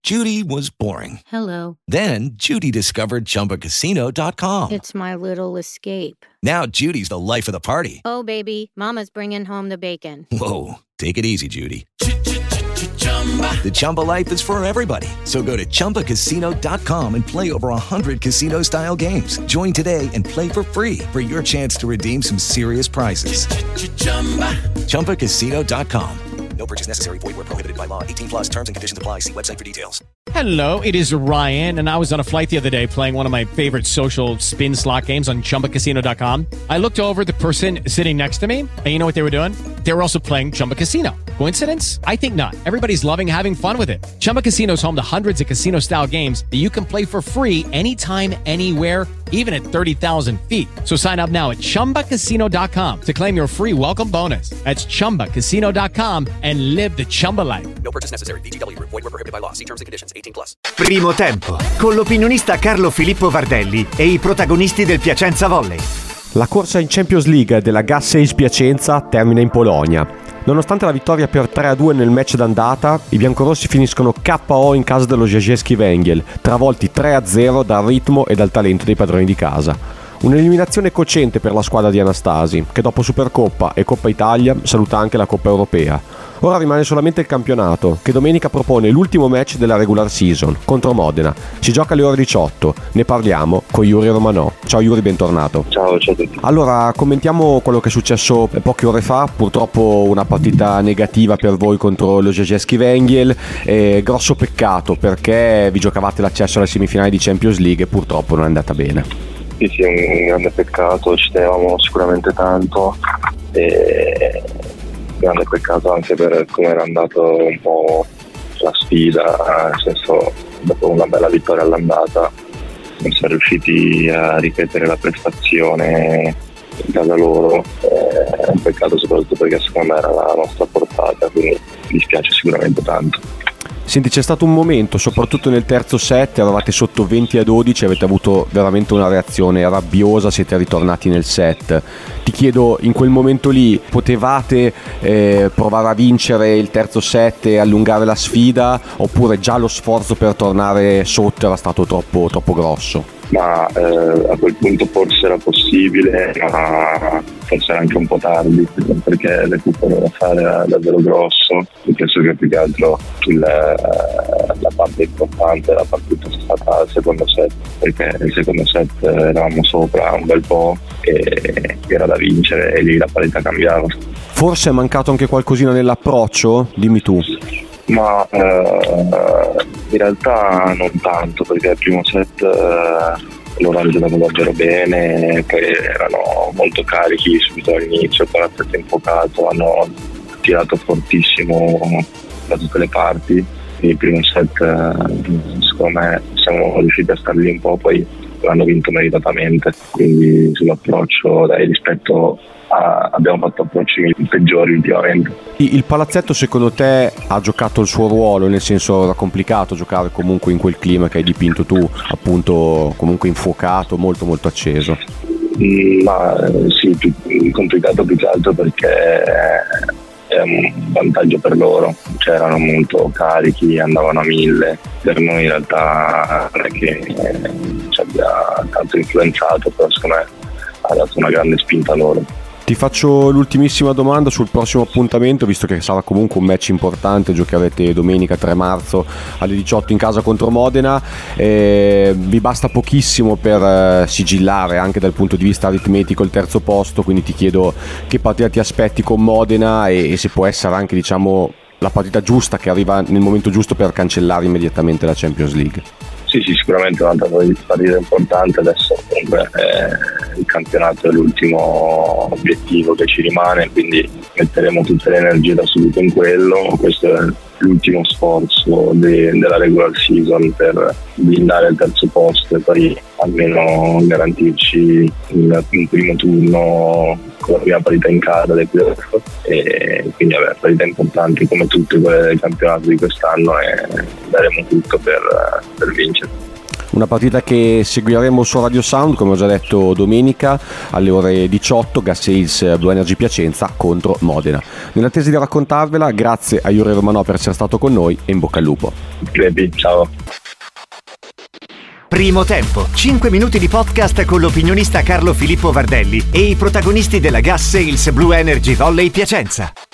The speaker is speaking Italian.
Judy was boring. Hello. Then Judy discovered ChumbaCasino.com. It's my little escape. Now Judy's the life of the party. Oh, baby, mama's bringing home the bacon. Whoa, take it easy, Judy. The Chumba life is for everybody. So go to ChumbaCasino.com and play over 100 casino-style games. Join today and play for free for your chance to redeem some serious prizes. ChumbaCasino.com. No purchase necessary. Void where prohibited by law. 18 plus terms and conditions apply. See website for details. Hello, it is Ryan, and I was on a flight the other day playing one of my favorite social spin slot games on ChumbaCasino.com. I looked over at the person sitting next to me, and you know what they were doing? They were also playing Chumba Casino. Coincidence? I think not. Everybody's loving having fun with it. Chumba Casino is home to hundreds of casino-style games that you can play for free anytime, anywhere, even at 30,000 feet. So sign up now at ChumbaCasino.com to claim your free welcome bonus. That's ChumbaCasino.com and live the Chumba life. No purchase necessary. VGW. Void where prohibited by law. See terms and conditions. 18 plus. Primo tempo, con l'opinionista Carlo Filippo Vardelli e i protagonisti del Piacenza Volley. La corsa in Champions League della Gas Piacenza termina in Polonia. Nonostante la vittoria per 3-2 nel match d'andata, i biancorossi finiscono KO in casa dello Rzeszewski Węgiel, travolti 3-0 dal ritmo e dal talento dei padroni di casa. Un'eliminazione cocente per la squadra di Anastasi, che dopo Supercoppa e Coppa Italia saluta anche la Coppa Europea. Ora rimane solamente il campionato, che domenica propone l'ultimo match della regular season contro Modena. Si gioca alle ore 18, ne parliamo con Yuri Romanò. Ciao Yuri, bentornato. Ciao a tutti. Allora, commentiamo quello che è successo poche ore fa. Purtroppo una partita negativa per voi contro lo Rzeszewski Węgiel. Grosso peccato, perché vi giocavate l'accesso alle semifinali di Champions League e purtroppo non è andata bene. Sì, un grande peccato, ci tenevamo sicuramente tanto e grande peccato anche per come era andato un po' la sfida, nel senso, dopo una bella vittoria all'andata non siamo riusciti a ripetere la prestazione in casa loro. È un peccato soprattutto perché secondo me era la nostra portata, quindi mi dispiace sicuramente tanto. Senti, c'è stato un momento, soprattutto nel terzo set, eravate sotto 20-12, avete avuto veramente una reazione rabbiosa, siete ritornati nel set. Ti chiedo, in quel momento lì potevate provare a vincere il terzo set e allungare la sfida, oppure già lo sforzo per tornare sotto era stato troppo grosso? Ma a quel punto forse era possibile, ma forse era anche un po' tardi, perché il recupero da fare era davvero grosso. Io penso che più che altro la parte importante della partita è stata il secondo set, perché il secondo set eravamo sopra un bel po' e era da vincere e lì la parità cambiava. Forse è mancato anche qualcosina nell'approccio? Dimmi tu. Ma in realtà non tanto, perché il primo set loro hanno giocato davvero bene, poi erano molto carichi subito all'inizio, il palazzetto infuocato, hanno tirato fortissimo da tutte le parti. Il primo set secondo me siamo riusciti a star lì un po', poi l'hanno vinto meritatamente, quindi sull'approccio rispetto abbiamo fatto approcci peggiori ultimamente. Il palazzetto secondo te ha giocato il suo ruolo, nel senso era complicato giocare comunque in quel clima che hai dipinto tu, appunto comunque infuocato, molto acceso? Ma sì, complicato più che altro perché è un vantaggio per loro, cioè erano molto carichi, andavano a 1000. Per noi in realtà non è che ci abbia tanto influenzato, però secondo me ha dato una grande spinta a loro. Ti faccio l'ultimissima domanda sul prossimo appuntamento, visto che sarà comunque un match importante, giocherete domenica 3 marzo alle 18 in casa contro Modena. Vi basta pochissimo per sigillare anche dal punto di vista aritmetico il terzo posto, quindi ti chiedo che partita ti aspetti con Modena e se può essere anche, diciamo, la partita giusta che arriva nel momento giusto per cancellare immediatamente la Champions League. Sì, sicuramente è una partita importante. Adesso comunque il campionato è l'ultimo obiettivo che ci rimane, quindi metteremo tutte le energie da subito in quello. Questo è l'ultimo sforzo della regular season per blindare il terzo posto e poi almeno garantirci il primo turno con la prima parità in casa del playoff, e quindi parità importanti come tutte quelle del campionato di quest'anno, e daremo tutto per vincere. Una partita che seguiremo su Radio Sound, come ho già detto, domenica alle ore 18, Gas Sales Blue Energy Piacenza contro Modena. Nell'attesa di raccontarvela, grazie a Yuri Romanò per essere stato con noi e in bocca al lupo. Ciao. Primo tempo, 5 minuti di podcast con l'opinionista Carlo Filippo Vardelli e i protagonisti della Gas Sales Blue Energy Volley Piacenza.